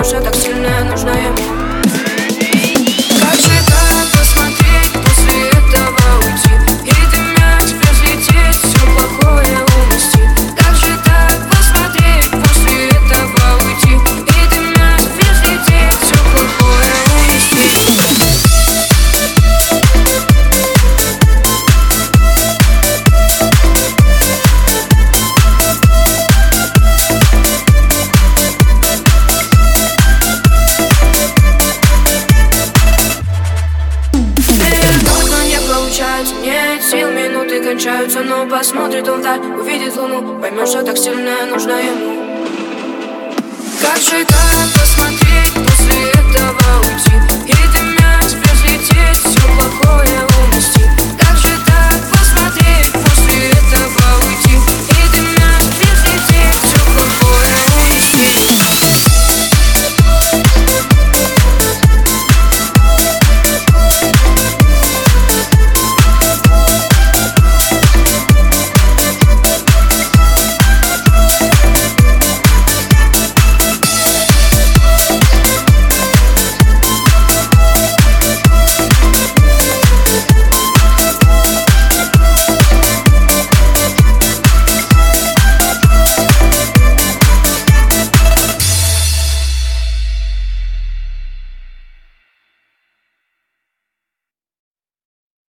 поймешь, что так сильно нужна ему. Как же так посмотреть, после этого уйти, и дымять, разлететь, все плохое унести. Как же так посмотреть, после этого уйти, и дымять, разлететь, все плохое унести. Нет сил, минуты кончаются, но посмотрит он вдаль, увидит луну, поймешь, что так сильно нужна ему. Как же так посмотреть?